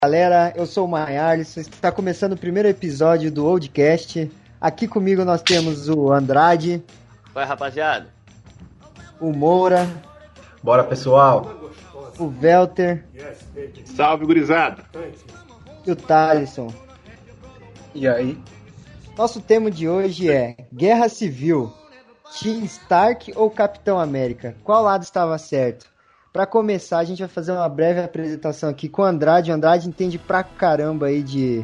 Galera, eu sou o Maiarlis, está começando o primeiro episódio do Oldcast. Aqui comigo nós temos o Andrade. Vai, rapaziada. O Moura. Bora, pessoal. O Velter. Salve, gurizada. E o Thalisson. E aí? Nosso tema de hoje é Guerra Civil. Team Stark ou Capitão América? Qual lado estava certo? Para começar, a gente vai fazer uma breve apresentação aqui com o Andrade. O Andrade entende pra caramba aí de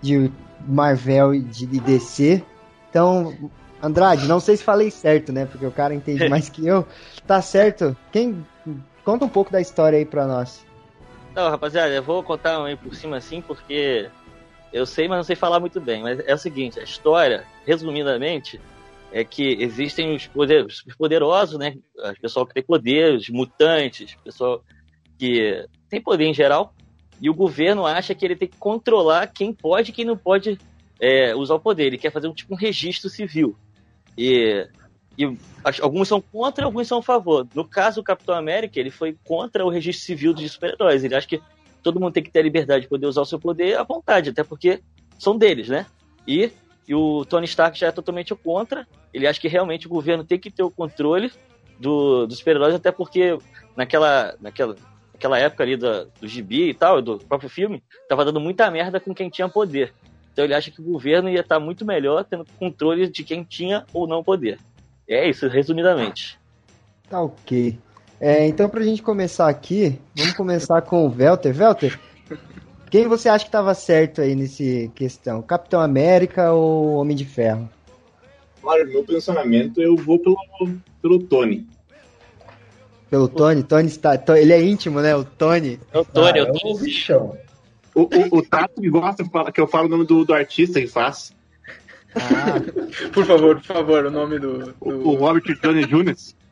Marvel e de DC. Então, Andrade, não sei se falei certo, né? Porque o cara entende mais que eu. Tá certo? Conta um pouco da história aí pra nós. Não, rapaziada, eu vou contar aí por cima assim, porque eu sei, mas não sei falar muito bem. Mas é o seguinte, a história, resumidamente, é que existem os poderosos, né? O pessoal que tem poderes, mutantes, o pessoal que tem poder em geral, e o governo acha que ele tem que controlar quem pode e quem não pode usar o poder. Ele quer fazer um registro civil. E alguns são contra, alguns são a favor. No caso, o Capitão América, ele foi contra o registro civil dos super-heróis. Ele acha que todo mundo tem que ter a liberdade de poder usar o seu poder à vontade, até porque são deles, né? E o Tony Stark já é totalmente contra. Ele acha que realmente o governo tem que ter o controle dos super-heróis, até porque naquela época ali do gibi e tal, do próprio filme, tava dando muita merda com quem tinha poder. Então ele acha que o governo ia estar muito melhor tendo controle de quem tinha ou não poder. É isso, resumidamente. Tá ok. Então, pra gente começar aqui, vamos começar com o Velter. Velter, quem você acha que estava certo aí nesse questão? Capitão América ou Homem de Ferro? Olha, no meu pensamento, eu vou pelo Tony. Pelo Tony? Ele é íntimo, né? O Tony. É o Tony, é o bichão. O Tato que gosta que eu falo o nome do artista que faz. Ah. Por favor, o nome do... O Robert Downey Jr.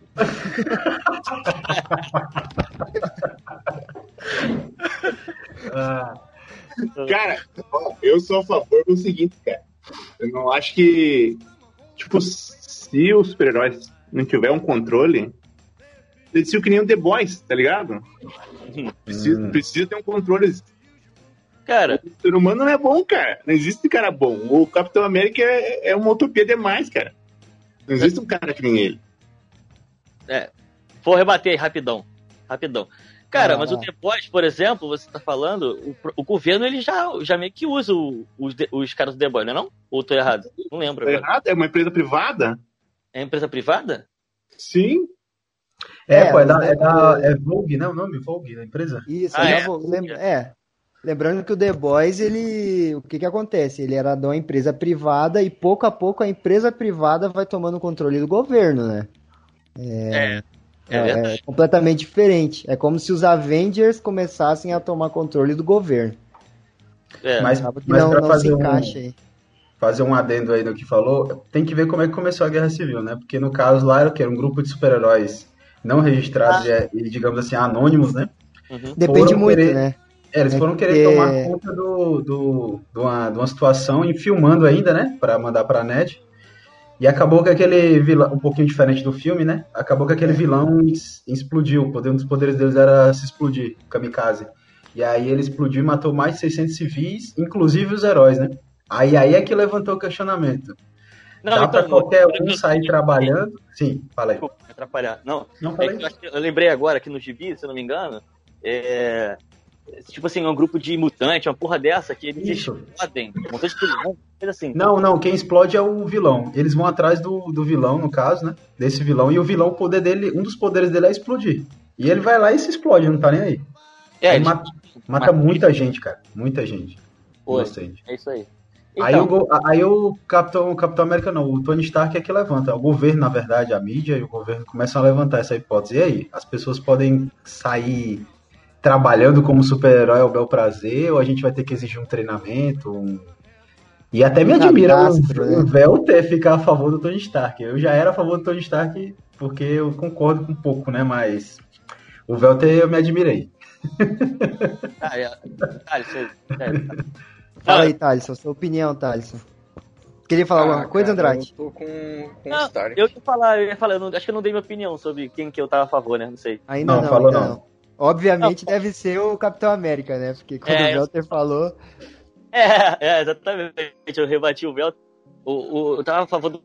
Cara, eu sou a favor do seguinte, cara. Eu não acho que, se os super-heróis não tiver um controle, eles ficam que nem o The Boys, tá ligado? Precisa ter um controle. Cara, o ser humano não é bom, cara. Não existe cara bom. O Capitão América é uma utopia demais, cara. Não existe um cara que nem ele. Vou rebater aí, rapidão. Cara, mas o The Boys, por exemplo, você tá falando, o governo ele já meio que usa os caras do The Boys, não é não? Ou tô errado? Não lembro. Tô errado? É uma empresa privada? É empresa privada? Sim. É Vogue, né? O nome? Vogue, da empresa? Isso, lembrando que o The Boys, o que acontece? Ele era de uma empresa privada e pouco a pouco a empresa privada vai tomando o controle do governo, né? É completamente diferente. É como se os Avengers começassem a tomar controle do governo. Mas não se encaixa aí. Fazer um adendo aí no que falou, tem que ver como é que começou a Guerra Civil, né? Porque no caso lá era um grupo de super-heróis não registrados e, digamos assim, anônimos, né? Uhum. Depende muito, né? Eles foram querer tomar conta de uma situação e filmando ainda, né? Pra mandar pra net. E acabou que aquele vilão, um pouquinho diferente do filme, né? Acabou que aquele vilão explodiu. Um dos poderes deles era se explodir, kamikaze. E aí ele explodiu e matou mais de 600 civis, inclusive os heróis, né? Aí é que levantou o questionamento. Dá pra qualquer um sair trabalhando? Sim, fala aí. Desculpa, me atrapalhar. Não falei. Eu lembrei agora que no gibi, se eu não me engano, tipo assim, um grupo de mutantes, uma porra dessa, que eles explodem, um montão de coisa assim. Não, quem explode é o vilão. Eles vão atrás do vilão, no caso, né? Desse vilão, e o vilão, o poder dele, um dos poderes dele é explodir. E ele vai lá e se explode, não tá nem aí. Ele mata muita gente, cara. Muita gente. Inocente. É isso aí. Então, aí o Capitão América não, o Tony Stark é que levanta. O governo, na verdade, a mídia e o governo começam a levantar essa hipótese. E aí? As pessoas podem sair trabalhando como super-herói ao bel prazer, ou a gente vai ter que exigir um treinamento? E até me admira o Velter ficar a favor do Tony Stark. Eu já era a favor do Tony Stark porque eu concordo com um pouco, né? Mas o Velter eu me admirei. Fala aí, Thalisson, sua opinião, Thalisson. Queria falar alguma coisa, Andrade? Eu tô com o Stark. Eu ia falar, acho que eu não dei minha opinião sobre quem que eu tava a favor, né? Não sei. Ainda não. Obviamente deve ser o Capitão América, né? Porque quando o Welter falou... Exatamente. Eu rebati o Welter. Eu tava a favor do...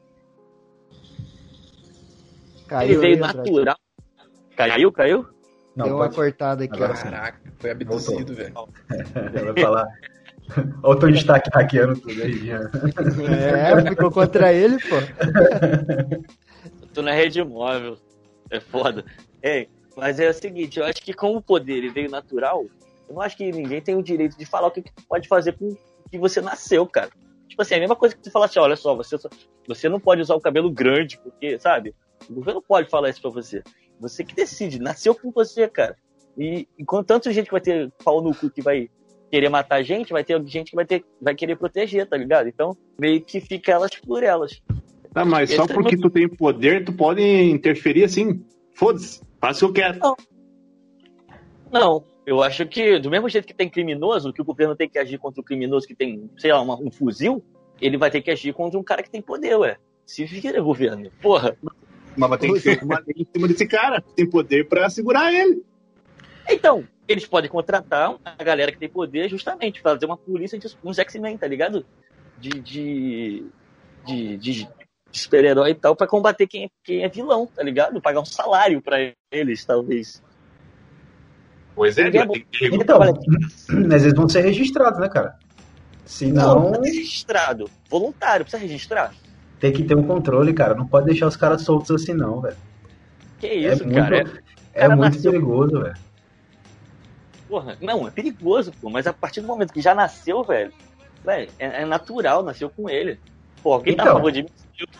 Caiu, ele veio aí, natural. Caiu? Não, deu uma cortada aqui, agora ó. sim. Caraca, foi abduzido, velho. Vai falar. Olha o Tony Stark hackeando tudo aí, já. Ficou contra ele, pô. Eu tô na rede móvel. É foda. Mas é o seguinte, eu acho que como o poder ele veio natural, eu não acho que ninguém tem o direito de falar o que tu pode fazer com o que você nasceu, cara. Tipo assim, é a mesma coisa que você falar assim, olha só, você não pode usar o cabelo grande, porque, sabe? O governo não pode falar isso pra você. Você que decide, nasceu com você, cara. E enquanto tanta gente que vai ter pau no cu que vai querer matar a gente, vai ter gente que vai querer proteger, tá ligado? Então, meio que fica elas por elas. Tá, mas só porque tu tem poder, tu pode interferir assim? Foda-se, faça o que eu quero. Não, eu acho que do mesmo jeito que tem criminoso, que o governo tem que agir contra o criminoso que tem, sei lá, um fuzil, ele vai ter que agir contra um cara que tem poder, ué. Se vira, governo. Porra. Mas vai ter que ter uma lei em cima desse cara, que tem poder pra segurar ele. Então, eles podem contratar a galera que tem poder justamente pra fazer uma polícia de uns X-Men, tá ligado? De super-herói e tal, pra combater quem é vilão, tá ligado? Pagar um salário pra eles, talvez. Pois é, então, mas eles vão ser registrados, né, cara? Senão... Não, registrado. Voluntário, precisa registrar. Tem que ter um controle, cara. Não pode deixar os caras soltos assim, não, velho. Que isso, cara? É muito perigoso, velho. Porra, não, é perigoso, pô. Mas a partir do momento que já nasceu, velho, é natural, nasceu com ele. Pô, alguém tá a favor de mim?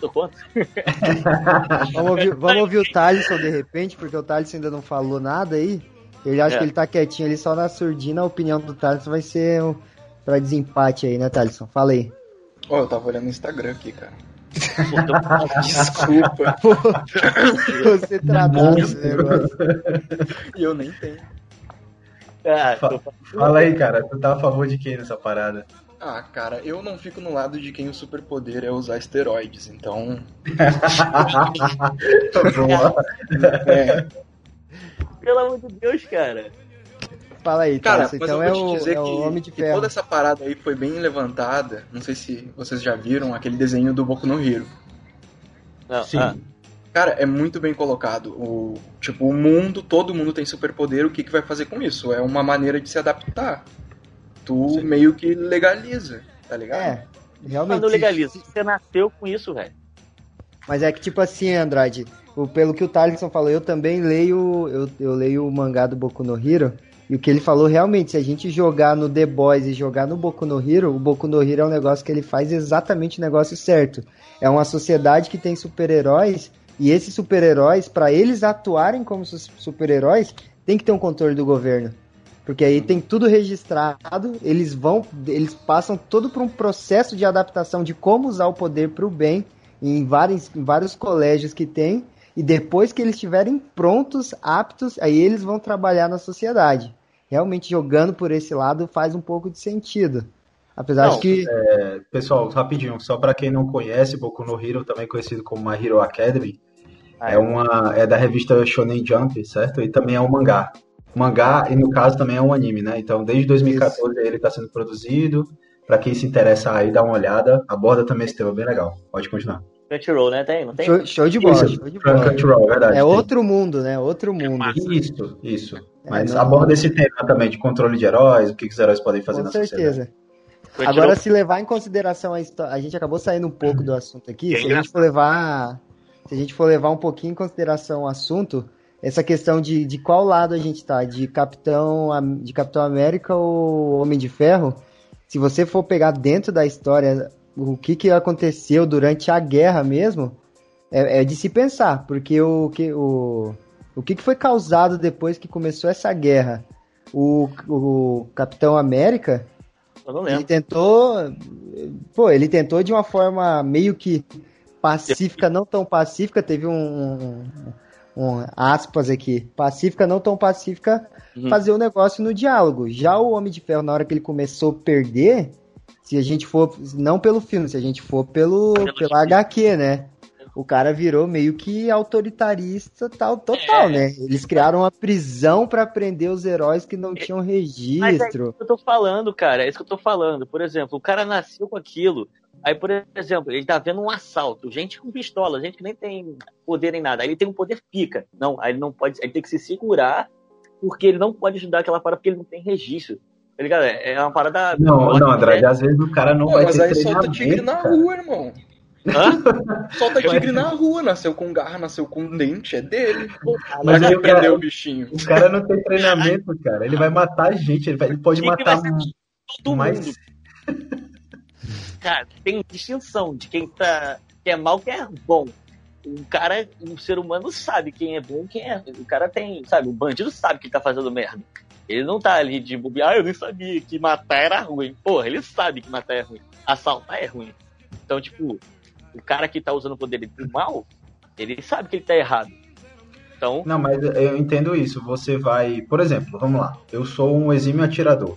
Vamos ouvir o Thaleson de repente, porque o Thaleson ainda não falou nada aí. Eu acho que ele tá quietinho ali só na surdina. A opinião do Thaleson vai ser pra desempate aí, né, Thaleson? Fala aí. Eu tava olhando no Instagram aqui, cara. Desculpa. Você traduz esse negócio. E eu nem tenho. Fala aí, cara. Tu tá a favor de quem nessa parada? Ah, cara, eu não fico no lado de quem o superpoder é usar esteroides, então... Pelo amor de Deus, cara. Fala aí, cara, Thaleson. Então eu vou te dizer é o Homem de Ferro. Toda essa parada aí foi bem levantada. Não sei se vocês já viram aquele desenho do Boku no Hero. Não, sim. Cara, é muito bem colocado. O mundo, todo mundo tem superpoder. O que vai fazer com isso? É uma maneira de se adaptar. Tu meio que legaliza, tá ligado? Realmente. Mas não legaliza. Você nasceu com isso, velho. Mas é que, tipo assim, Andrade, pelo que o Thaleson falou, eu também leio eu leio o mangá do Boku no Hero, e o que ele falou, realmente, se a gente jogar no The Boys e jogar no Boku no Hero, o Boku no Hero é um negócio que ele faz exatamente o negócio certo. É uma sociedade que tem super-heróis, e esses super-heróis, para eles atuarem como super-heróis, tem que ter um controle do governo. Porque aí tem tudo registrado, eles passam todo por um processo de adaptação de como usar o poder para o bem em vários colégios que tem, e depois que eles estiverem prontos, aptos, aí eles vão trabalhar na sociedade. Realmente jogando por esse lado faz um pouco de sentido. Apesar de que... pessoal, rapidinho, só para quem não conhece, Boku no Hero, também conhecido como My Hero Academy, é da revista Shonen Jump, certo? E também é um mangá. O mangá, e no caso, também é um anime, né? Então, desde 2014 ele está sendo produzido. Para quem se interessa aí, dá uma olhada. Aborda também esse tema bem legal. Pode continuar. Crunchyroll, né? Não tem? Show de bola, show de bola. Crunchyroll, verdade. É outro mundo, né? Outro mundo. Isso. Mas aborda esse tema também de controle de heróis, o que os heróis podem fazer na sociedade. Com certeza. Agora, se levar em consideração a história... A gente acabou saindo um pouco do assunto aqui. Se a gente for levar um pouquinho em consideração o assunto, essa questão de qual lado a gente tá, de Capitão América ou Homem de Ferro, se você for pegar dentro da história o que aconteceu durante a guerra mesmo, é de se pensar, porque o que foi causado depois que começou essa guerra? O Capitão América, ele tentou de uma forma meio que pacífica, não tão pacífica, teve um aspas aqui, pacífica, não tão pacífica, fazer o negócio no diálogo. Já o Homem de Ferro, na hora que ele começou a perder, se a gente for, não pelo filme, se a gente for pela HQ, né? o cara virou meio que autoritarista total, né? Eles criaram uma prisão pra prender os heróis que não tinham Mas é registro. isso que eu tô falando, cara. É isso que eu tô falando. Por exemplo, o cara nasceu com aquilo. Aí, por exemplo, ele tá vendo um assalto. Gente com pistola, gente que nem tem poder nem nada. Aí ele tem um poder pica. Não, aí ele não pode. Ele tem que se segurar, porque ele não pode ajudar aquela parada, porque ele não tem registro. Tá ligado? É uma parada. Não, Andrade, às vezes o cara não vai mas ter aí solta tigre na cara. rua, irmão. Hã? Solta tigre na rua, nasceu com garra, nasceu com dente, é dele. Mas Mas aí ele o cara- prendeu o bichinho. O cara não tem treinamento, cara. Ele vai matar a gente, ele pode Tigre matar vai ser todo mais. mundo. Cara, tem distinção de quem é mal e quem é bom. Um ser humano sabe quem é bom e quem é. O cara tem, sabe, o bandido sabe que tá fazendo merda. Ele não tá ali de bobear, eu nem sabia que matar era ruim. Porra, ele sabe que matar é ruim. Assaltar é ruim. Então, tipo, o cara que tá usando o poder do mal, ele sabe que ele tá errado. Então, Não, mas eu entendo isso. Você vai, por exemplo, vamos lá. Eu sou um exímio atirador.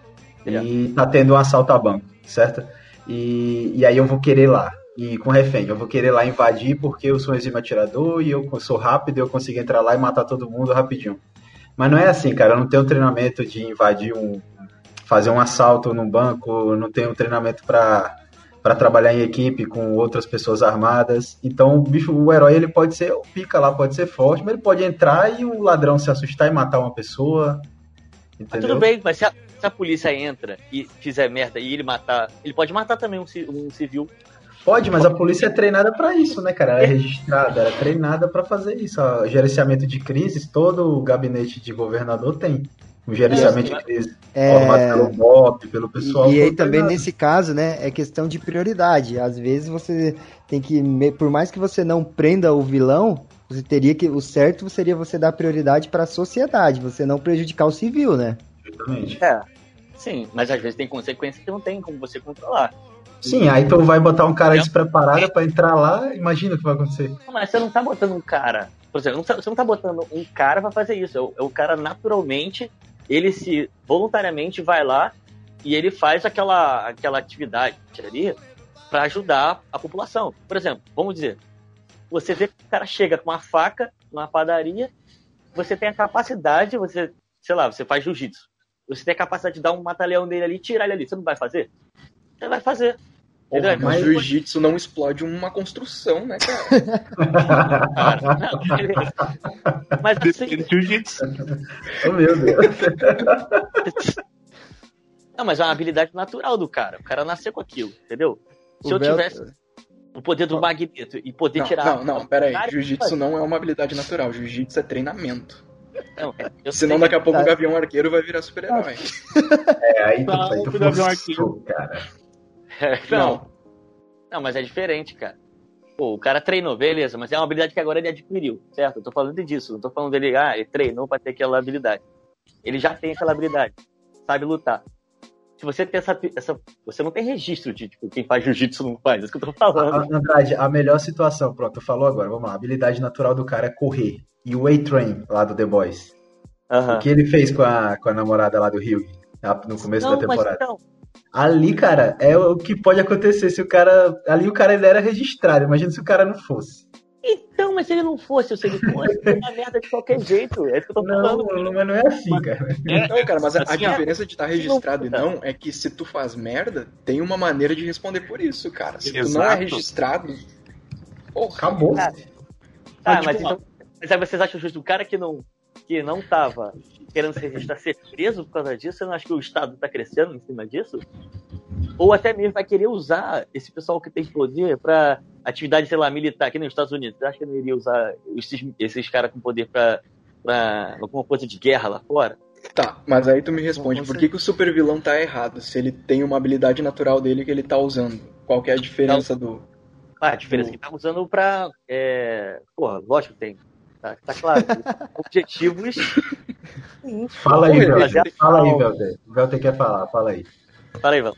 E tá tendo um assalto a banco, certo? E aí eu vou querer lá. E com refém, eu vou querer lá invadir porque eu sou um exímio atirador e eu sou rápido e eu consigo entrar lá e matar todo mundo rapidinho. Mas não é assim, cara. Eu não tenho treinamento de invadir fazer um assalto num banco, eu não tenho treinamento pra trabalhar em equipe com outras pessoas armadas. Então, o herói ele pode ser o pica lá, pode ser forte, mas ele pode entrar e o ladrão se assustar e matar uma pessoa. Entendeu? tudo bem, mas se a polícia entra e fizer merda e ele matar, ele pode matar também um civil. Pode, mas a polícia é treinada pra isso, né, cara? Ela é registrada, ela é treinada pra fazer isso. O gerenciamento de crises, todo o gabinete de governador tem. O gerenciamento de crise formado pelo BOP, pelo pessoal. E aí também nesse caso, né, é questão de prioridade. Às vezes você tem que, por mais que você não prenda o vilão, você teria que, o certo seria você dar prioridade para a sociedade, você não prejudicar o civil, né? Exatamente. Sim, mas às vezes tem consequências que não tem como você controlar. Sim, aí tu vai botar um cara despreparado pra entrar lá, imagina o que vai acontecer. Não, mas você não tá botando um cara, por exemplo, você não tá botando um cara pra fazer isso. É o cara naturalmente, ele se voluntariamente vai lá e ele faz aquela atividade ali pra ajudar a população. Por exemplo, vamos dizer, você vê que o cara chega com uma faca numa padaria, você tem a capacidade, sei lá, você faz jiu-jitsu. Você tem a capacidade de dar um mata-leão dele ali e tirar ele ali. Você não vai fazer? Você vai fazer. Porra, mas jiu-jitsu não explode uma construção, né, cara? Cara, não, beleza. Mas assim, Jiu-jitsu. Oh, meu Deus. não, mas é uma habilidade natural do cara. O cara nasceu com aquilo, entendeu? Se eu tivesse o poder do Magneto e poder tirar... Não, pera aí. Jiu-jitsu não é uma habilidade natural. Jiu-jitsu é treinamento. Não, senão daqui a pouco o Gavião Arqueiro vai virar super-herói. Aí tu Gavião forçou, Arqueiro. cara. Não, mas é diferente, cara. Pô, o cara treinou, beleza, mas é uma habilidade que agora ele adquiriu, certo? Eu tô falando disso, não tô falando dele, ele treinou pra ter aquela habilidade. Ele já tem aquela habilidade, sabe lutar. Se você tem você não tem registro de tipo, quem faz jiu-jitsu não faz, é isso que eu tô falando. Andrade, a melhor situação, pronto, tu falou agora, vamos lá. A habilidade natural do cara é correr. E o A-Train, lá do The Boys. O que ele fez com a namorada lá do Hugh, no começo da temporada. Mas então, Ali, cara, é o que pode acontecer se o cara... Ali o cara ele era registrado, imagina se o cara não fosse. Então, mas se ele não fosse, ou se ele fosse, é uma merda de qualquer jeito. É isso que eu tô falando. Mas não é assim, cara. Não, cara, mas a Assim, diferença de estar registrado e não é que se tu faz merda, tem uma maneira de responder por isso, cara. Se tu não é registrado, porra, acabou. Tá, mas então... Mas aí vocês acham justo o cara que não tava querendo se registrar ser preso por causa disso? Você não acha que o Estado tá crescendo em cima disso? Ou até mesmo vai querer usar esse pessoal que tem poder pra atividade, sei lá, militar, aqui nos Estados Unidos? Você acha que não iria usar esses caras com poder pra alguma coisa de guerra lá fora? Tá, mas aí tu me responde, por que o super vilão tá errado se ele tem uma habilidade natural dele que ele tá usando? Qual que é a diferença do... A diferença é que tá usando pra... Porra, lógico que tem. Tá claro. Objetivos... Fala aí, Velter. Fala aí, Velter. O Velter quer falar, fala aí. Fala aí, Val.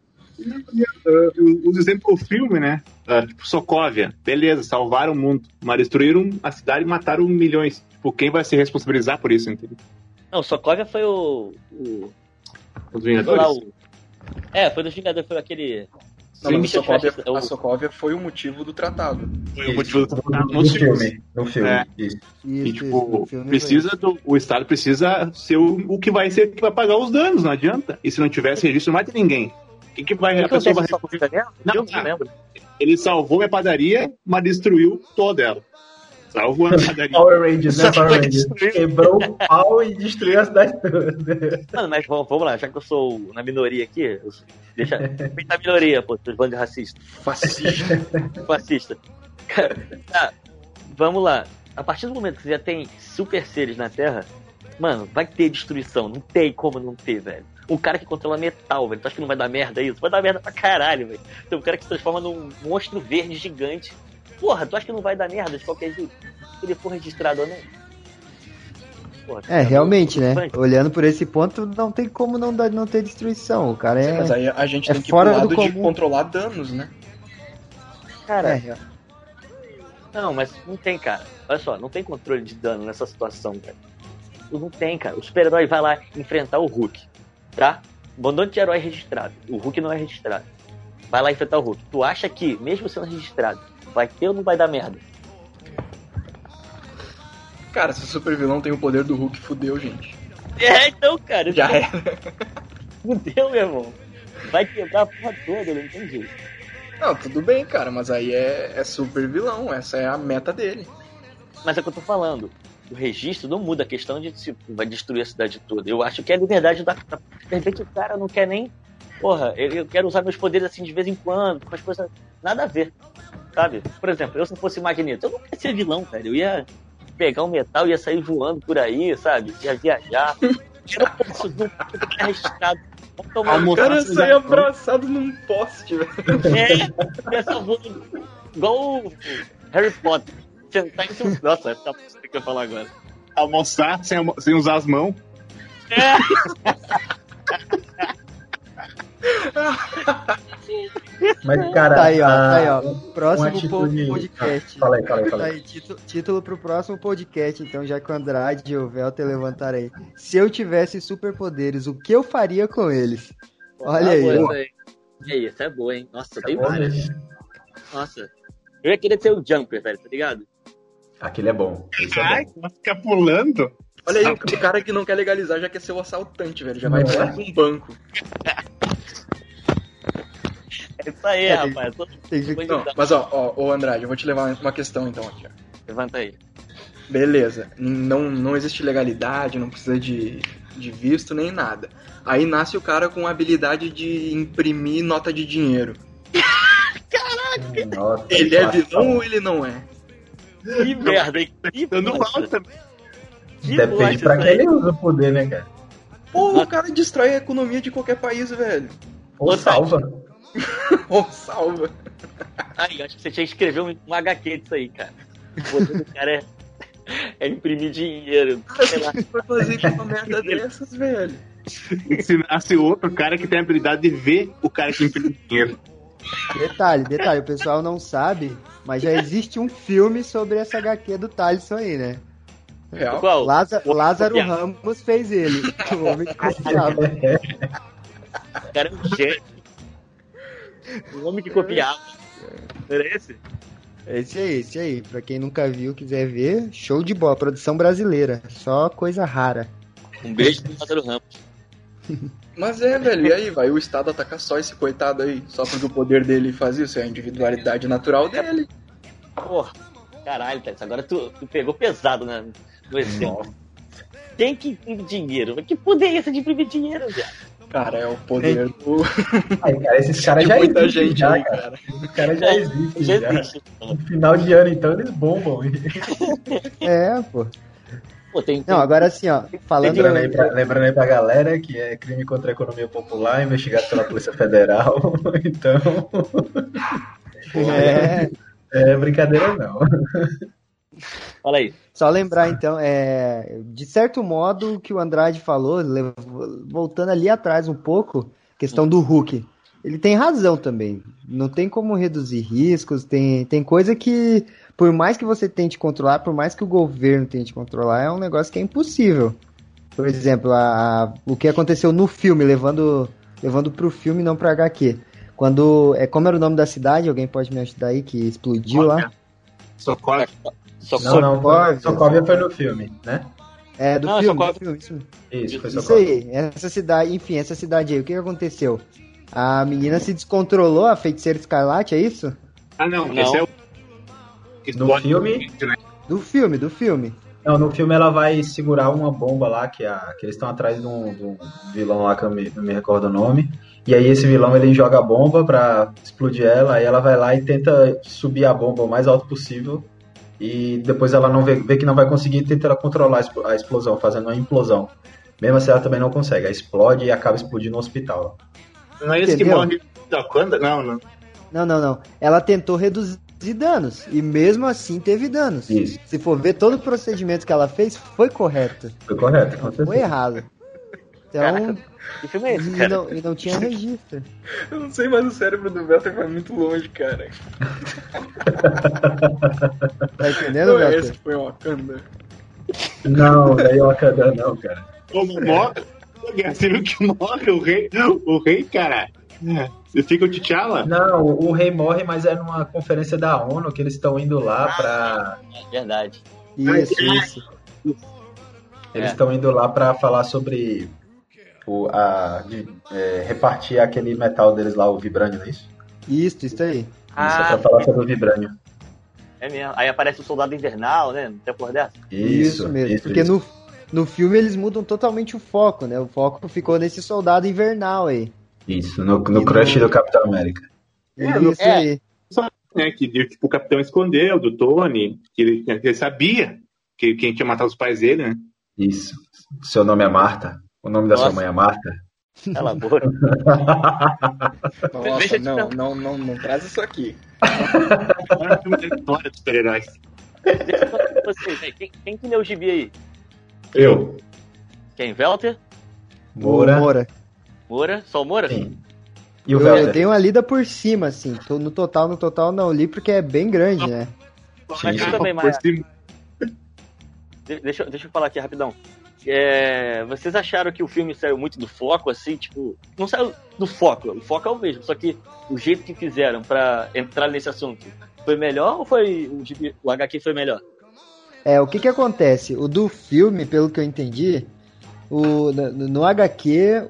Os exemplos do filme, né? Tipo, Sokovia. Beleza, salvaram o mundo. Mas destruíram a cidade e mataram milhões. Tipo, quem vai se responsabilizar por isso, entendeu? Não, Sokovia foi Os Vingadores? foi dos Vingadores, foi aquele Não, mas se eu tivesse- a Sokovia foi o motivo do tratado. Foi o motivo do No filme. No filme. É. Isso. E, Isso, tipo, no filme o Estado precisa ser o que vai ser que vai pagar os danos, não adianta. E se não tivesse registro, não vai ter ninguém. O que vai a pessoa vai responder? Não lembro. Ele salvou minha padaria, mas destruiu toda ela. Salvou a padaria. Power Rangers, né? Só Power foi Rangers. destruir. Quebrou o pau e destruiu a cidade toda. Mano, mas vamos lá, já que eu sou na minoria aqui, deixa a minoria, pô, seus bandos de racista. Fascista. Cara, tá, vamos lá. A partir do momento que você já tem super seres na Terra, mano, vai ter destruição. Não tem como não ter, velho. Um cara que controla metal, velho. Tu acha que não vai dar merda isso? Vai dar merda pra caralho, velho. Tem um cara que se transforma num monstro verde gigante. Porra, tu acha que não vai dar merda de qualquer jeito? Se ele for registrado ou não? Porra, realmente, né? Frank, Olhando por esse ponto, não tem como não ter destruição. O cara é. Mas aí a gente é tem que ir fora pro lado do de comum. controlar danos, né? Cara, É, não, mas não tem, cara. Olha só, não tem controle de dano nessa situação, cara. Não tem, cara. O super-herói vai lá enfrentar o Hulk, tá? Bando de herói registrado. O Hulk não é registrado. Vai lá enfrentar o Hulk. Tu acha que, mesmo sendo registrado, vai ter ou não vai dar merda? Cara, se o super vilão tem o poder do Hulk, fudeu, gente. É, então, cara. Já é. Fudeu, meu irmão. Vai quebrar a porra toda, não tem jeito. Não, tudo bem, cara, mas aí é super vilão, essa é a meta dele. Mas é o que eu tô falando. O registro não muda a questão de se vai destruir a cidade toda. Eu acho que é a liberdade da. De repente o cara não quer nem. Porra, eu quero usar meus poderes assim de vez em quando, com as coisas. Nada a ver. Sabe? Por exemplo, eu se fosse Magneto, eu não ia ser vilão, velho. Eu ia pegar um metal, ia sair voando por aí, sabe? Ia viajar. Era isso, não tá registrado. O cara sai abraçado num poste, velho. Ia só voando. Igual o Harry Potter. Sentar em cima. Nossa, tá o que eu ia falar agora. Almoçar sem usar as mãos. Mas, cara. Tá aí, ó. Próximo atitude- podcast. Fala aí. Tá aí, título pro próximo podcast, então, já que o Andrade e o Velter levantaram aí. Se eu tivesse superpoderes, o que eu faria com eles? Olha aí. Boa, essa é boa, hein? Nossa, tem várias. Nossa. Eu ia querer ser o Jumper, velho, tá ligado? Aquele é bom. Esse é Ai, bom. vai ficar pulando. Olha aí, o cara que não quer legalizar já quer ser o assaltante, velho. Já vai Não é? direto num banco. É isso aí, rapaz. Tem que- Não, mas ó, Andrade, eu vou te levar uma questão então aqui, ó. Levanta aí. Beleza, não existe legalidade, não precisa de visto nem nada. Aí nasce o cara com a habilidade de imprimir nota de dinheiro. Nossa, Ele é fácil. vilão ou ele não é? Que merda, hein? Que Dando bosta. mal também. Que Depende bosta pra isso quem aí. ele usa o poder, né, cara? Pô, o cara destrói a economia de qualquer país, velho. Ou salva. Ou salva. Ai, acho que você tinha que escrever um HQ disso aí, cara. O poder do cara é imprimir dinheiro. Sei lá. Vai fazer com uma merda dessas, velho. E se nasce outro cara que tem a habilidade de ver o cara que imprime dinheiro. Detalhe, o pessoal não sabe, mas já existe um filme sobre essa HQ do Thaleson aí, né? Real? Qual? Lázaro copiar. Ramos fez ele. O homem que copiava. O cara é um gênio. O homem que copiava. Era esse? Esse aí. Pra quem nunca viu, quiser ver, show de bola. Produção brasileira. Só coisa rara. Um beijo pro Lázaro Ramos. Mas velho, e aí? Vai o Estado atacar só esse coitado aí? Só porque o poder dele faz isso? É a individualidade natural dele. Porra, caralho, Thales, agora tu pegou pesado, né? No exemplo. Quem que imprime dinheiro? Que poder é esse de imprimir dinheiro, velho? Cara, é o poder do... Aí, cara, esses caras de já muita existem gente já, aí, cara. cara. Esses caras já existem Já já. existe. No final de ano, então, eles bombam. É, pô. Pô, tem Não, agora assim, ó. Falando. Lembrando aí pra galera que é crime contra a economia popular, investigado pela Polícia Federal. Então, É. Brincadeira não. Fala aí. Só lembrar, então, de certo modo, o que o Andrade falou, voltando ali atrás um pouco, questão do Hulk, ele tem razão também. Não tem como reduzir riscos, tem coisa que, por mais que você tente controlar, por mais que o governo tente controlar, é um negócio que é impossível. Por exemplo, o que aconteceu no filme, levando pro filme, não pra HQ. Como era o nome da cidade? Alguém pode me ajudar aí que explodiu lá? Sokovia. Sokovia foi no filme, né? Do filme, isso. Isso, foi Isso Sokovia. aí, essa cidade aí, o que aconteceu? A menina se descontrolou, a feiticeira Escarlate, é isso? Ah, não. Esse é o... No filme? Do filme. Não, no filme ela vai segurar uma bomba lá, que eles estão atrás de um vilão lá que eu não me recordo o nome. E aí esse vilão ele joga a bomba pra explodir ela, aí ela vai lá e tenta subir a bomba o mais alto possível. E depois ela não vê que não vai conseguir e tenta controlar a explosão, fazendo uma implosão. Mesmo assim ela também não consegue, ela explode e acaba explodindo no hospital. Não é esse que morre da Wakanda? Não. Não. Ela tentou reduzir danos e mesmo assim teve danos. Isso. Se for ver, todo o procedimento que ela fez foi correto. Foi correto, com Não certeza. foi errado. Então, Caraca, que filme é esse, cara? e não tinha registro. Eu não sei, mas o cérebro do Velter vai muito longe, cara. Tá entendendo, Não é Walter? esse que foi o Wakanda. Não, daí o Wakanda não, cara. Como morre? Você viu que morre o rei, cara? Você fica o T'Challa? Não, o rei morre, mas é numa conferência da ONU que eles estão indo lá pra... Verdade. Isso. Eles estão indo lá pra falar sobre repartir aquele metal deles lá, o vibrânio, não é isso? Isso aí. Isso é pra falar sobre o vibrânio. É mesmo. Aí aparece o Soldado Invernal, né? Não tem por dessa? Isso mesmo. Porque no filme eles mudam totalmente o foco, né? O foco ficou nesse soldado invernal aí. Isso, no crush do Capitão América. Isso aí. Né, que tipo, o Capitão escondeu do Tony, que ele sabia que quem tinha matado os pais dele, né? Isso. Seu nome é Marta? O nome da sua mãe é Marta? Cala a boca. Nossa, não traz isso aqui. Agora é um filme da história dos super-heróis. Deixa eu falar pra vocês aí. Quem que leu o gibi aí? Eu. Quem? Velter? Moura. Moura? Só o Moura? Sim. E o Eu Velter? dei uma lida por cima, assim. No total não li porque é bem grande, né? Mas eu também, Por Maia. cima. Deixa eu falar aqui rapidão. Vocês acharam que o filme saiu muito do foco, assim, tipo... Não saiu do foco, o foco é o mesmo, só que o jeito que fizeram pra entrar nesse assunto foi melhor ou foi o HQ foi melhor? O que acontece? O do filme, pelo que eu entendi, no HQ,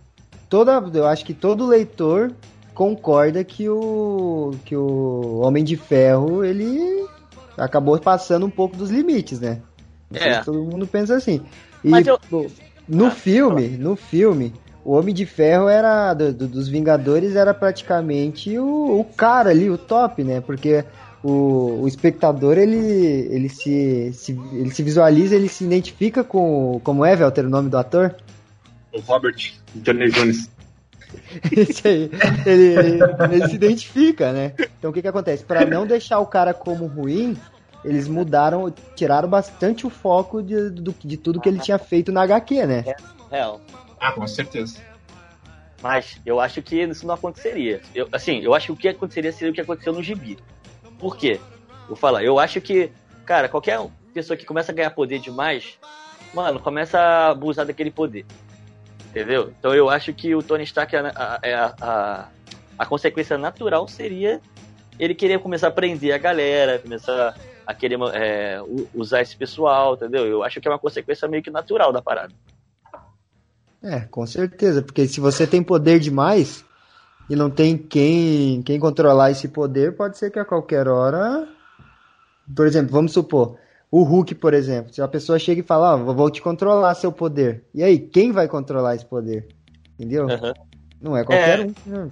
eu acho que todo leitor concorda que o Homem de Ferro, ele acabou passando um pouco dos limites, né? Não sei se todo mundo pensa assim. E no filme, o Homem de Ferro era dos Vingadores era praticamente o cara ali, o top, né? Porque o espectador ele se visualiza, ele se identifica com, como é, Velter, o nome do ator? O Robert Johnny Jones. Isso aí. Ele se identifica, né? Então o que acontece? Para não deixar o cara como ruim, eles tiraram bastante o foco de tudo que ele tinha feito na HQ, né? Real. Com certeza. Mas eu acho que isso não aconteceria. Eu acho que o que aconteceria seria o que aconteceu no gibi. Por quê? Vou falar. Eu acho que, cara, qualquer pessoa que começa a ganhar poder demais, mano, começa a abusar daquele poder. Entendeu? Então eu acho que o Tony Stark, a consequência natural seria ele querer começar a prender a galera, começar a querer usar esse pessoal, entendeu? Eu acho que é uma consequência meio que natural da parada. Com certeza, porque se você tem poder demais e não tem quem controlar esse poder, pode ser que a qualquer hora... Por exemplo, vamos supor, o Hulk, por exemplo, se a pessoa chega e fala, vou te controlar seu poder. E aí, quem vai controlar esse poder? Entendeu? Uhum. Não é qualquer um. Né?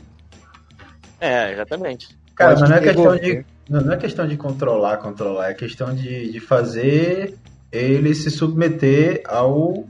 Exatamente. Cara, mas não é questão de controlar, é questão de fazer ele se submeter ao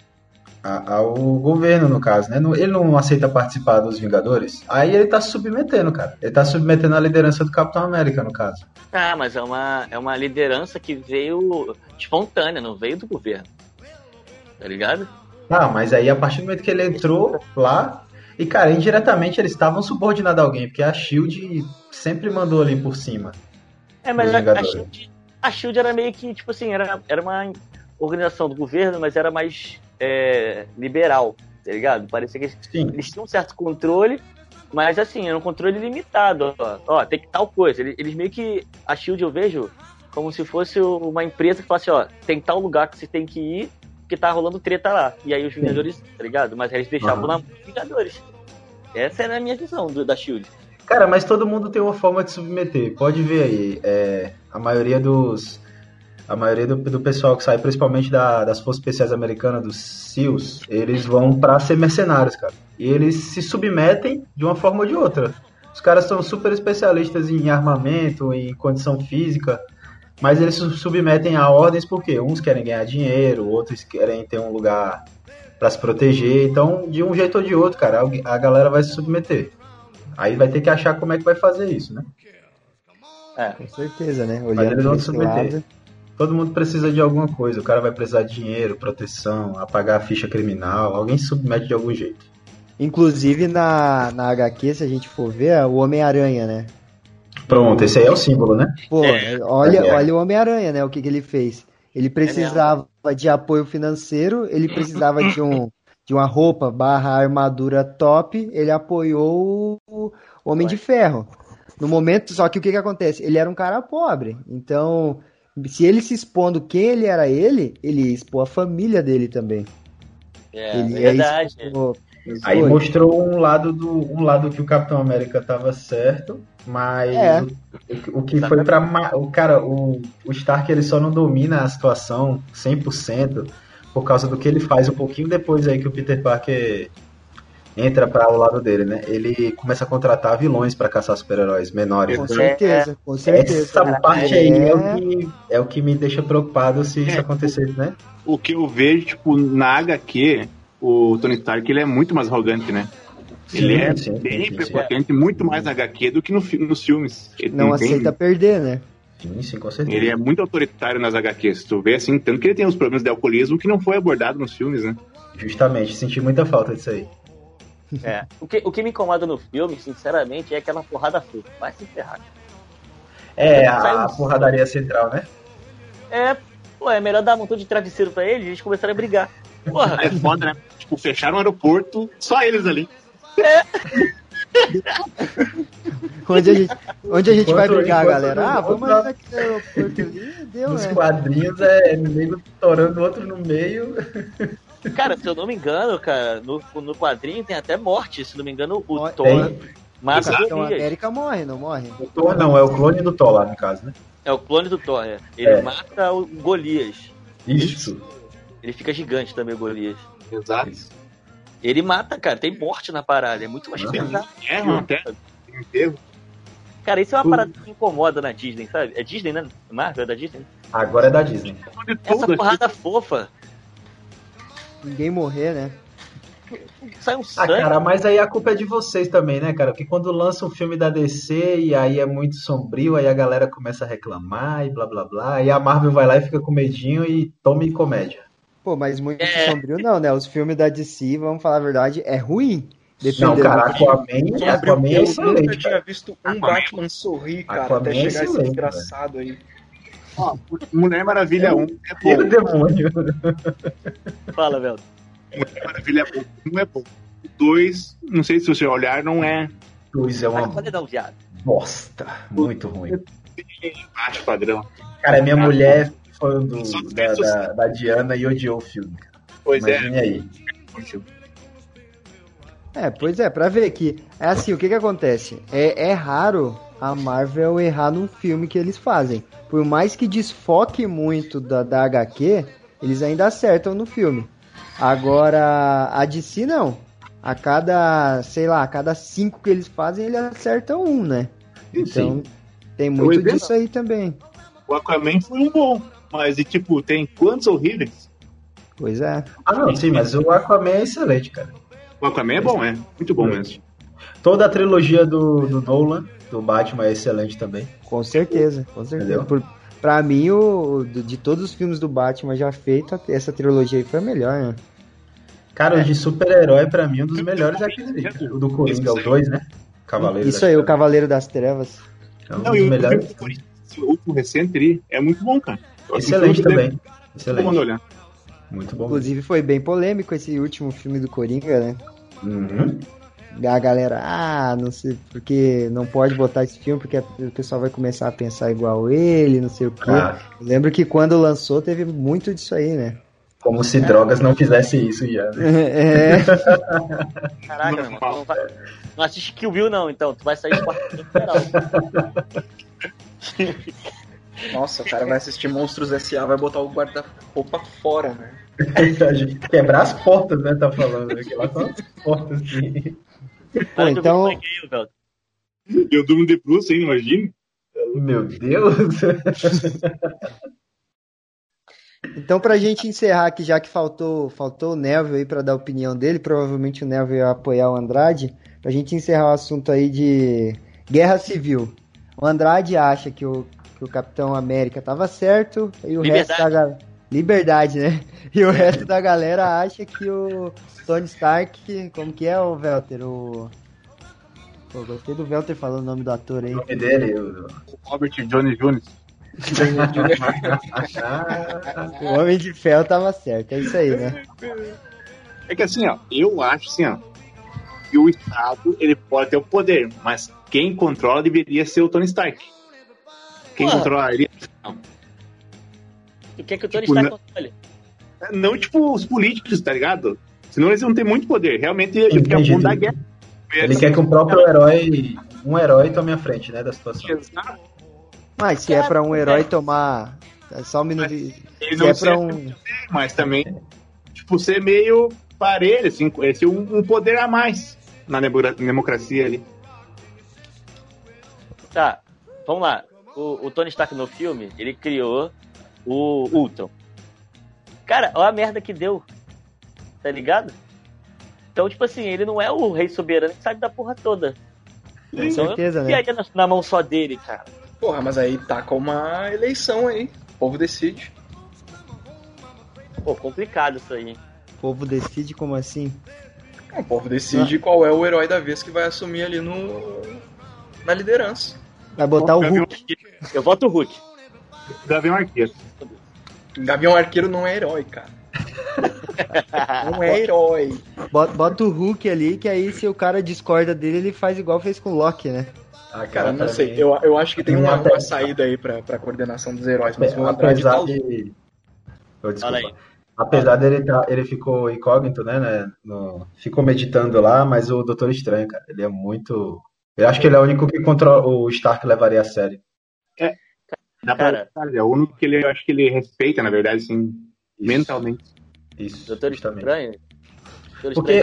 governo, no caso, né? Ele não aceita participar dos Vingadores, aí ele tá se submetendo, cara. Ele tá submetendo a liderança do Capitão América, no caso. Mas é uma liderança que veio espontânea, não veio do governo. Tá ligado? Mas aí a partir do momento que ele entrou lá, e cara, indiretamente eles estavam subordinados a alguém, porque a SHIELD sempre mandou ali por cima. Mas a SHIELD era meio que, tipo assim, era uma organização do governo, mas era mais liberal, tá ligado? Parecia que eles tinham um certo controle, Mas assim, é um controle limitado, ó, tem que tal coisa. Eles meio que, a SHIELD eu vejo como se fosse uma empresa que fala assim, ó, tem tal lugar que você tem que ir, que tá rolando treta lá. E aí os Vingadores, tá ligado? Mas eles deixavam na mão dos Vingadores. Essa era a minha visão da SHIELD. Cara, mas todo mundo tem uma forma de submeter. Pode ver aí, a maioria do pessoal que sai, principalmente das Forças Especiais Americanas, dos SEALs, eles vão pra ser mercenários, cara. E eles se submetem de uma forma ou de outra. Os caras são super especialistas em armamento, em condição física, mas eles se submetem a ordens porque uns querem ganhar dinheiro, outros querem ter um lugar pra se proteger. Então, de um jeito ou de outro, cara, a galera vai se submeter. Aí vai ter que achar como é que vai fazer isso, né? Com certeza, né? Mas Olhando eles vão pra se esse submeter. lado. Todo mundo precisa de alguma coisa. O cara vai precisar de dinheiro, proteção, apagar a ficha criminal. Alguém se submete de algum jeito. Inclusive na HQ, se a gente for ver, é o Homem-Aranha, né? Pronto, esse aí é o símbolo, né? Pô, olha o Homem-Aranha, né? O que ele fez. Ele precisava de apoio financeiro, ele precisava de uma roupa / armadura top, ele apoiou o Homem de Ferro. No momento, só que o que acontece? Ele era um cara pobre, então se ele se expondo quem ele era ele ia expor a família dele também. Ele verdade. Aí mostrou um lado que o Capitão América tava certo, mas o que foi o Stark, ele só não domina a situação 100% por causa do que ele faz um pouquinho depois aí que o Peter Parker entra para o lado dele, né? Ele começa a contratar vilões para caçar super-heróis menores. Com certeza. Essa parte aí é o que me deixa preocupado se isso acontecer, né? O que eu vejo, tipo, na HQ, o Tony Stark, ele é muito mais arrogante, né? Ele é bem prepotente, muito mais na HQ do que nos filmes. Ele não aceita perder, né? Sim, com certeza. Ele é muito autoritário nas HQs. Tu vê assim, tanto que ele tem os problemas de alcoolismo que não foi abordado nos filmes, né? Justamente, senti muita falta disso aí. O que me incomoda no filme, sinceramente, é aquela porrada fofa. Vai se ferrar. A porradaria central, né? É melhor dar um montão de travesseiro pra eles e eles começaram a brigar. Porra. É foda, né? Tipo, fecharam o aeroporto, só eles ali. Onde a gente vai brigar, galera? Vamos ali naquele aeroporto ali, deu, nos né? quadrinhos nego torando o outro no meio. Cara, se eu não me engano, cara, no quadrinho tem até morte, se não me engano, o Thor mata o Capitão Golias. América morre, não morre? O Thor não, é o clone do Thor lá, no caso, né? É o clone do Thor, Ele mata o Golias. Isso. Ele fica gigante também, o Golias. Exato. Ele mata, cara, tem morte na parada, é muito mais pesado. Até enterro. Cara, isso é uma parada que me incomoda na Disney, sabe? É Disney, né? Marvel é da Disney? Agora é da Disney. Essa porrada fofa. Ninguém morrer, né? Sai um sangue. Cara, mas aí a culpa é de vocês também, né, cara? Porque quando lança um filme da DC e aí é muito sombrio, aí a galera começa a reclamar e blá blá blá, e a Marvel vai lá e fica com medinho e tome comédia. Pô, mas muito sombrio não, né? Os filmes da DC, vamos falar a verdade, é ruim. Não, cara, Aquaman é Eu excelente, nunca tinha visto um Batman sorrir, cara, Aquaman até é chegar esse excelente, desgraçado aí. Mulher Maravilha 1 é Que bom. demônio. Fala, velho. Mulher Maravilha é bom. Não é bom. O 2, não sei se você olhar, não é Luiz é uma Pode dar um viado. bosta. Muito ruim. baixo padrão. Cara, minha mulher foi da Diana e odiou o filme. Pois Imagine aí. Pois é, pra ver que é assim, o que acontece? É raro a Marvel errar num filme que eles fazem. Por mais que desfoque muito da HQ, eles ainda acertam no filme. Agora, a DC não. A cada 5 que eles fazem, eles acertam um, né? Então, tem muito disso aí também. O Aquaman foi um bom, mas tem quantos horríveis? Pois é. Não, sim, mas o Aquaman é excelente, cara. O Aquaman é bom, muito bom mesmo. Toda a trilogia do Nolan, do Batman, é excelente também. Com certeza. Pra mim, de todos os filmes do Batman já feito, essa trilogia aí foi a melhor, né? Cara, de super-herói, pra mim, um dos melhores é aquele o do Coringa, o 2, né? Cavaleiro Isso aí, o Cavaleiro das Trevas. É um dos melhores. O último recente ali é muito bom, cara. Excelente também. Excelente. Olhar. Muito bom. Inclusive, foi bem polêmico esse último filme do Coringa, né? Uhum. a galera, não sei, porque não pode botar esse filme, porque o pessoal vai começar a pensar igual ele, não sei o quê. Eu lembro que quando lançou teve muito disso aí, né? Como se drogas não fizessem isso já. Né? Caraca, meu irmão, não assiste Kill Bill não, então, tu vai sair de quarto geral. Nossa, o cara vai assistir Monstros S.A., vai botar o guarda-roupa fora, né? A gente quebrar as portas, né? Tá falando aqui. Lá são as portas, assim. Pô, então... Eu durmo de Bruce, hein? Imagina. Meu Deus. Então, pra gente encerrar aqui, já que faltou o Neville aí pra dar a opinião dele, provavelmente o Neville ia apoiar o Andrade, pra gente encerrar o assunto aí de Guerra Civil. O Andrade acha que o Capitão América tava certo e o resto da galera... Liberdade, né? E o resto da galera acha que o Tony Stark... Como que é, o Velter? Pô, gostei do Velter falando o nome do ator aí. O nome dele, Robert Downey Jr. O Homem de Ferro tava certo, é isso aí, né? É que assim, ó, eu acho assim, ó, que o Estado, ele pode ter o poder, mas quem controla deveria ser o Tony Stark. Quem controlaria... Não. Tu quer que o Tony Stark controle? Não, tipo, os políticos, tá ligado? Senão eles vão ter muito poder. Realmente ia ficar bom da guerra. Ele quer que o próprio herói, um herói tome a frente, né, da situação. Exato. Mas se é pra um herói tomar... Só um minuto. Se é pra um... Mas também, tipo, ser meio parelho, assim, esse um poder a mais na democracia ali. Tá, vamos lá. O Tony Stark no filme, ele criou o Ultron. Cara, olha a merda que deu. Tá ligado? Então, tipo assim, ele não é o rei soberano que sabe da porra toda. Com certeza, né? E aí na mão só dele, cara. Porra, mas aí tá com uma eleição aí. O povo decide. Pô, complicado isso aí. O povo decide como assim? O povo decide qual é o herói da vez que vai assumir ali na liderança. Vai botar o Hulk. Eu voto o Hulk. Gavião Arqueiro. Gavião Arqueiro não é herói, cara. Não é herói. Bota o Hulk ali, que aí se o cara discorda dele, ele faz igual fez com o Loki, né? Cara, não sei. Eu acho que tem uma saída aí pra coordenação dos heróis, mas vou atrás de Desculpa. Apesar dele ele ficou incógnito, né? Ficou meditando lá, mas o Doutor Estranho, cara, ele é muito... Eu acho que ele é o único que o Stark levaria a sério. É o único que eu acho que ele respeita, na verdade, assim, mentalmente. Isso, Doutor Estranho? Porque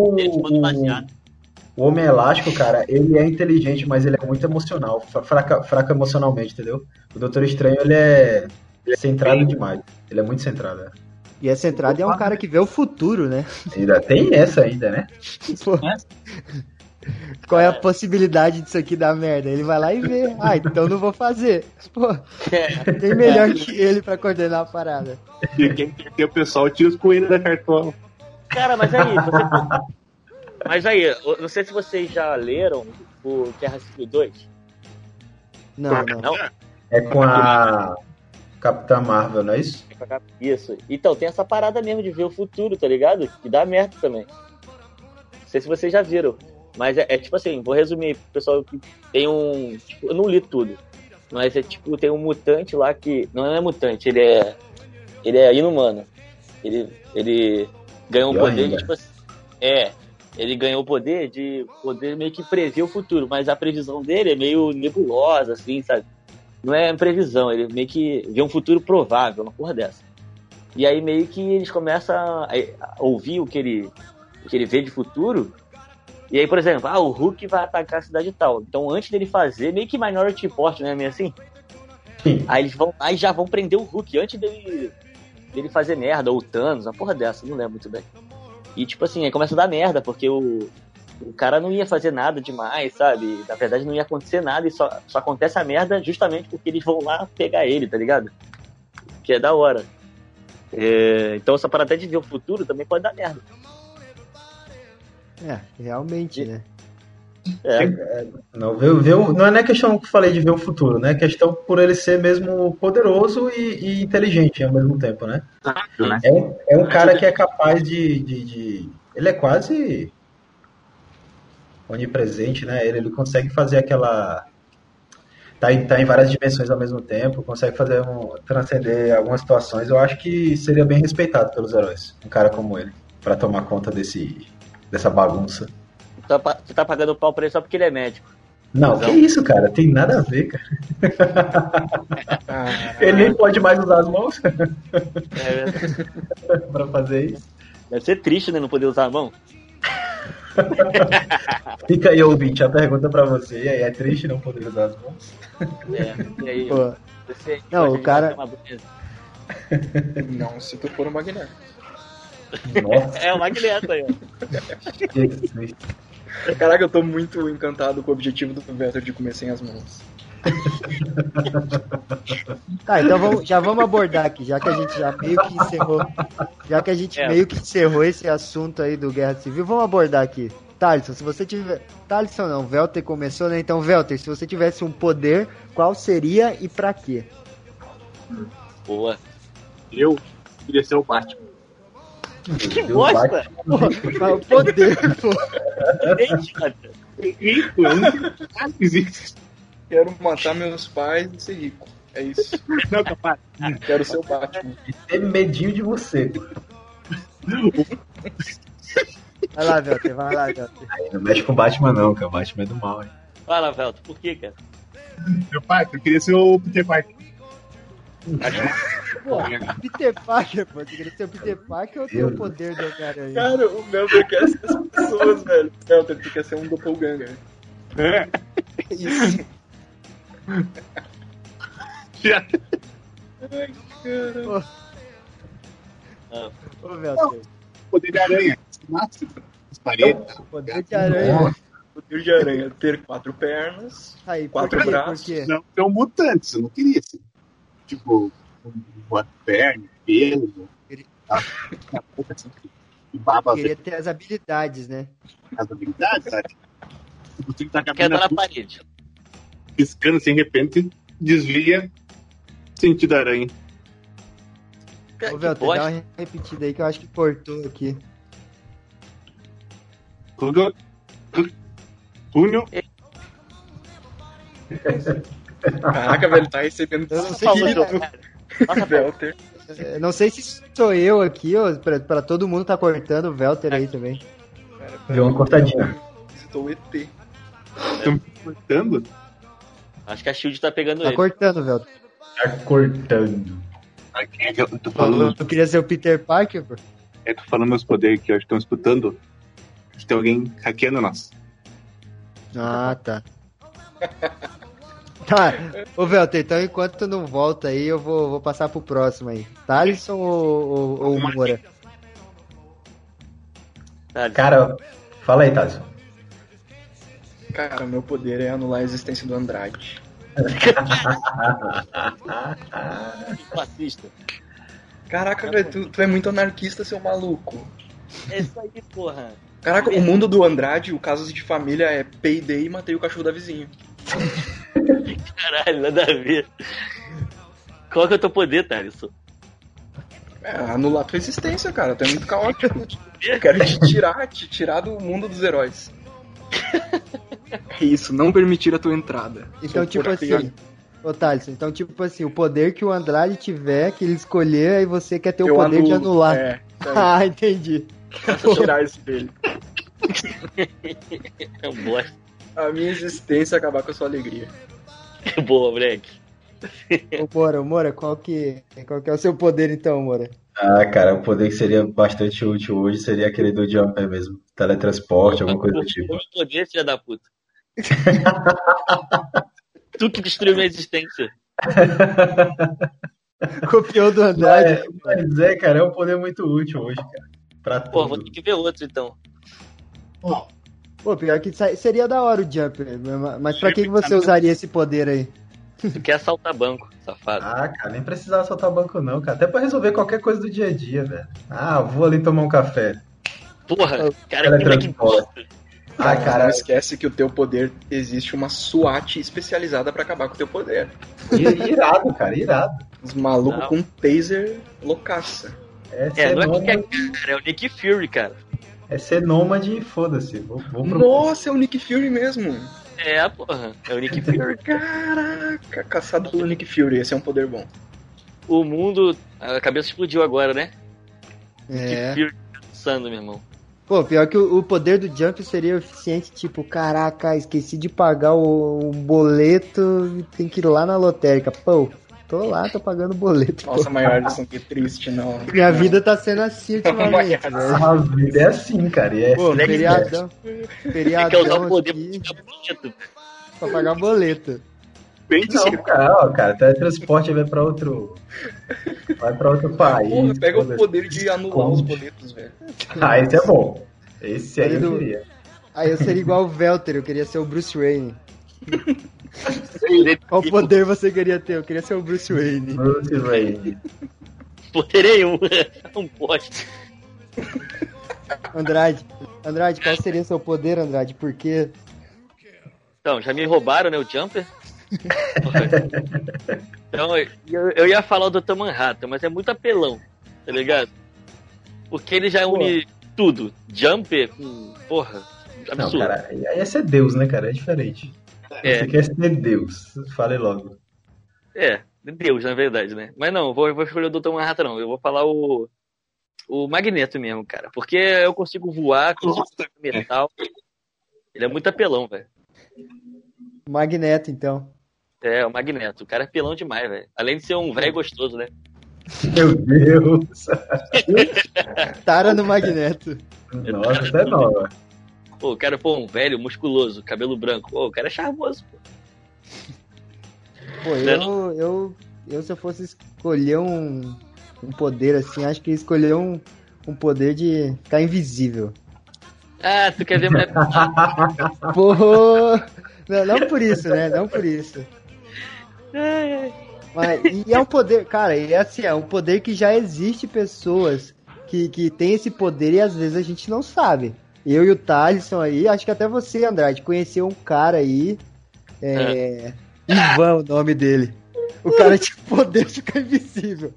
o Homem Elástico, cara, ele é inteligente, mas ele é muito emocional, fraco emocionalmente, entendeu? O Doutor Estranho, ele é centrado demais. Ele é muito centrado, né? E é centrado e é um cara que vê o futuro, né? Ainda tem essa ainda, né? Pô. Qual é a possibilidade disso aqui dar merda? Ele vai lá e vê. Então não vou fazer. Pô, tem melhor que ele pra coordenar a parada. E quem quer que o pessoal tira os coelhos da cartola. Cara, mas aí, não sei se vocês já leram o Guerra Civil 2. Não. É com a Capitã Marvel, não é isso? Isso. Então, tem essa parada mesmo de ver o futuro, tá ligado? Que dá merda também. Não sei se vocês já viram. Mas é tipo assim, vou resumir pro pessoal que tem um... Tipo, eu não li tudo. Mas é tipo, tem um mutante lá que... Não é mutante, ele é inumano. Ele ganhou um poder de, tipo assim... Ele ganhou o poder de poder meio que prever o futuro. Mas a previsão dele é meio nebulosa, assim, sabe? Não é previsão, ele meio que vê um futuro provável, uma porra dessa. E aí meio que eles começam a ouvir o que ele vê de futuro. E aí, por exemplo, o Hulk vai atacar a cidade tal. Então, antes dele fazer, meio que Minority Report, né? Meio assim. Sim. Aí já vão prender o Hulk antes dele fazer merda, ou o Thanos, uma porra dessa, não lembro muito bem. E tipo assim, aí começa a dar merda, porque o cara não ia fazer nada demais, sabe? Na verdade não ia acontecer nada e só acontece a merda justamente porque eles vão lá pegar ele, tá ligado? Que é da hora. Então essa parada até de ver o futuro também pode dar merda. Realmente, né? Não é nem questão que eu falei de ver o futuro, né? É questão por ele ser mesmo poderoso e inteligente ao mesmo tempo, né? É um cara que é capaz de... Ele é quase... onipresente, né? Ele consegue fazer aquela... Tá em várias dimensões ao mesmo tempo, consegue transcender algumas situações. Eu acho que seria bem respeitado pelos heróis, um cara como ele, pra tomar conta dessa bagunça. Tu tá pagando pau pra ele só porque ele é médico. Não, que isso, cara? Tem nada a ver, cara. Ele nem pode mais usar as mãos pra fazer isso. Deve ser triste, né? Não poder usar a mão. Fica aí, ouvinte, a pergunta pra você. E aí, é triste não poder usar as mãos? E aí? Pô. Não, o cara... Não, se tu for um Magneto. Nossa. É o Magneto aí, ó. Jesus. Caraca, eu tô muito encantado com o objetivo do Velter de comer sem as mãos. Tá, então já vamos abordar aqui, já que a gente meio que encerrou esse assunto aí do Guerra Civil, vamos abordar aqui. Thalisson, se você tiver... Thalisson não, Velter começou, né? Então, Velter, se você tivesse um poder, qual seria e pra quê? Boa. Eu queria ser o Batman. Que bosta! O poder, pô. Gente, cara. Rico, eu não existe. Quero matar meus pais e ser rico. É isso. Não, capaz. Quero ser o Batman. E ter medinho de você. Vai lá, Velter, vai lá, Velter. Aí, não mexe com o Batman não, cara. O Batman é do mal, hein? Fala, Velto, por que, cara? Meu pai, eu queria ser o Peter Parker. Pô, Peter Parker, pô. Você queria ser o Peter Parker ou ter o poder do Homem-Aranha? Cara, o Velter quer ser as pessoas, velho. Velter, tu quer ser um doppelganger. É. Isso. Já. Ai, cara. Ô, Velter. Poder de aranha. Massa. As paredes. Poder de aranha. Poder de aranha. Ter 4 pernas. Aí, Quatro por quê? braços. Por quê? Não, é um mutante, eu não queria assim. Tipo, uma perna, pelo, e baba Queria ter as habilidades, né? as habilidades, sabe? Tipo, você tá Quer dar na caminhando, parede. piscando assim, de repente, desvia, sentido aranha. Ô, Velter, dá uma repetida aí que eu acho que cortou aqui. Tudo. Túnel. Caraca, velho, tá recebendo Eu não sei Falou, se... cara. Nossa, Velter. Não sei se sou eu aqui, ou pra todo mundo tá cortando o Velter aí também. Deu uma cortadinha. Visitou o ET. Estão me cortando? acho que a Shield tá pegando Tá ele. cortando, Velter. Tá cortando. Aqui é que eu tô falando. Tu queria ser o Peter Parker, pô? Eu tô falando meus poderes que hoje estão escutando. Tem alguém hackeando nós. Ah, tá. Tá. Ô, Velter, então enquanto tu não volta aí, eu vou passar pro próximo aí. Thalisson ou Moura? Tá, Cara, fala aí, Thales. Cara, meu poder é anular a existência do Andrade. fascista. Caraca, velho, tu é muito anarquista, seu maluco. É isso aí, porra. Caraca, o mundo do Andrade, o caso de família é peidei e matei o cachorro da vizinha. Caralho, nada a ver. Qual que é o teu poder, Thaleson? É, anular tua existência, cara. Tu é muito caótico. Eu quero te tirar do mundo dos heróis. É isso, não permitir a tua entrada. Então, Sou tipo porteiro. assim... Ô, Thaleson, então, tipo assim, o poder que o Andrade tiver, que ele escolher, aí você quer ter o Eu poder de anulo. anular. É, isso aí. Ah, entendi. Vou tirar isso dele. É um bosta. A minha existência é acabar com a sua alegria. Boa, moleque. Ô, Moura, qual que é o seu poder então, Moura? Ah, cara, o poder que seria bastante útil hoje seria aquele do Jumper mesmo. Teletransporte, alguma coisa do tipo. Meu poder, filha da puta. Tu que destruiu minha existência. Copiou do Andrade. Mas é, cara, é um poder muito útil hoje, cara. Pra Pô, vou tudo. ter que ver outro então. Pô, pior que seria da hora o Jumper, mas pra que você usaria esse poder aí? Tu quer assaltar banco, safado. Ah, cara, nem precisava soltar banco não, cara. Até pra resolver qualquer coisa do dia a dia, velho. Ah, vou ali tomar um café. Porra, cara, que Teletransporte. Ah, Não cara, esquece que o teu poder existe uma SWAT especializada pra acabar com o teu poder. irado, cara, irado. Os malucos Não. com taser loucaça. não é qualquer cara, é o Nick Fury, cara. É ser nômade e foda-se. Vou pro... Nossa, é o Nick Fury mesmo. É, porra. É o Nick Fury. Caraca, caçado pelo Nick Fury. Esse é um poder bom. O mundo... A cabeça explodiu agora, né? É. Nick Fury pensando, meu irmão. Pô, pior que o poder do Jump seria eficiente, tipo, caraca, esqueci de pagar o boleto e tem que ir lá na lotérica. Pô, tô lá, tô pagando o boleto. Nossa, pô. maior Alisson, que triste, não. Minha vida tá sendo assim ultimamente, velho. A vida é assim, cara. E é Pô, assim que feriadão. Tem que usar o poder Aqui, pra ficar bonito. pra pagar boleto. Bem Não, cara, teletransporte vai pra outro. Vai pra outro país. Porra, pega o foda-se. poder de anular os boletos, velho. Ah, esse é bom. Esse aí eu Marido- queria. Aí eu seria igual o Velter, eu queria ser o Bruce Wayne. Qual poder você queria ter? Eu queria ser o Bruce Wayne. Bruce Wayne. Poder nenhum. Não pode. Andrade, qual seria seu poder, Andrade? Por quê? Então, já me roubaram, né, o Jumper. Então, eu ia falar o Dr. Manhattan, mas é muito apelão, tá ligado? Porque ele já une tudo. Jumper com... Porra, Não, absurdo. cara, aí é ser Deus, né, cara? É diferente. É. Você quer ser Deus. Fale logo. Deus, na verdade, né? Mas não, vou escolher o Dr. Manhattan, não. Eu vou falar o Magneto mesmo, cara. Porque eu consigo voar, consigo metal. Ele é muito apelão, velho. Magneto, então. É, o Magneto. O cara é apelão demais, velho. Além de ser um velho gostoso, né? Meu Deus. Tara no Magneto. Nossa, essa é nova. Pô, o cara, um velho, musculoso, cabelo branco. Pô, o cara é charmoso, pô. Pô, eu se eu fosse escolher um poder assim, acho que ia escolher um poder de ficar invisível. Ah, tu quer ver mais... Pô, não por isso, né? Não por isso. Mas, e é um poder, cara, e é assim, é um poder que já existe pessoas que tem esse poder e às vezes a gente não sabe. Eu e o Thaleson aí, acho que até você, Andrade, conheceu um cara aí, Ivan, o nome dele. O cara tinha o poder de ficar invisível.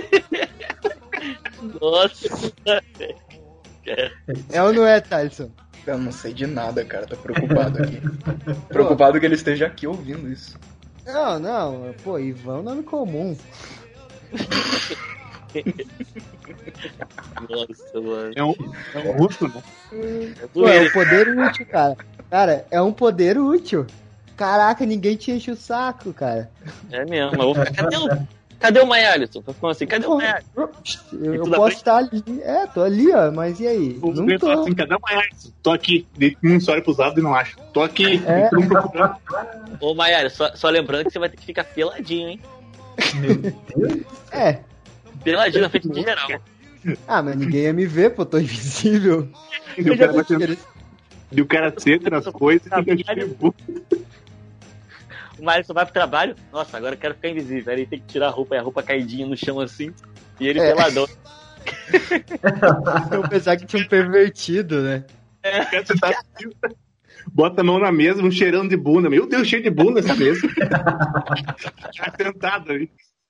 Nossa. É ou não é, Thaleson? Eu não sei de nada, cara. Tô preocupado aqui. Preocupado que ele esteja aqui ouvindo isso. Não, pô, Ivan é um nome comum. Nossa, mano. É um russo, né? Pô, é um poder útil, cara. Cara, é um poder útil. Caraca, ninguém te enche o saco, cara. É mesmo, mas vou ficar... Cadê o Maia Alisson? Tô falando assim, cadê o Maia? Eu posso estar ali. É, tô ali, ó, mas e aí? O Não tô. assim, cadê o Maia? Tô aqui. Um só olha pros lados e não acho. Tô aqui. É. Tô procurando. Ô, Maia, só lembrando que você vai ter que ficar peladinho, hein? Meu Deus. É. Peladinho na frente de geral. Ah, mas ninguém ia me ver, pô, tô invisível. E o cara vai ter- E o cara senta nas coisas e fica tipo. O Maia só vai pro trabalho. Nossa, agora eu quero ficar invisível. Aí ele tem que tirar a roupa e a roupa caidinha no chão assim. E ele peladão. Eu pensava que tinha um pervertido, né? Você tá assim, bota a mão na mesa, um cheirão de bunda. Meu Deus, cheio de bunda essa mesa. Tá sentado ali.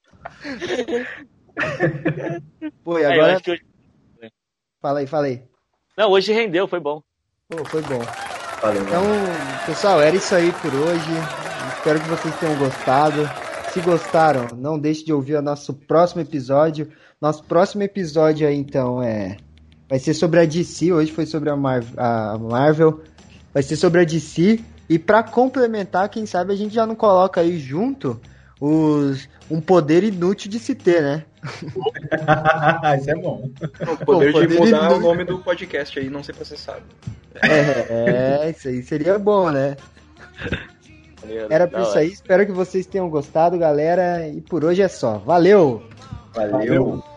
Pô, e Aí, eu agora. acho que hoje... Fala aí. Não, hoje rendeu, foi bom. Pô, foi bom. Valeu. Então, pessoal, era isso aí por hoje. Espero que vocês tenham gostado. Se gostaram, não deixe de ouvir o nosso próximo episódio. Nosso próximo episódio aí, então, vai ser sobre a DC. Hoje foi sobre a Marvel. Vai ser sobre a DC. E pra complementar, quem sabe a gente já não coloca aí junto um poder inútil de se ter, né? Isso é bom. O poder Pô, de mudar inútil. o nome do podcast aí, não ser processado. Isso aí seria bom, né? Era por isso aí. Espero que vocês tenham gostado, galera. E por hoje é só. Valeu! Valeu.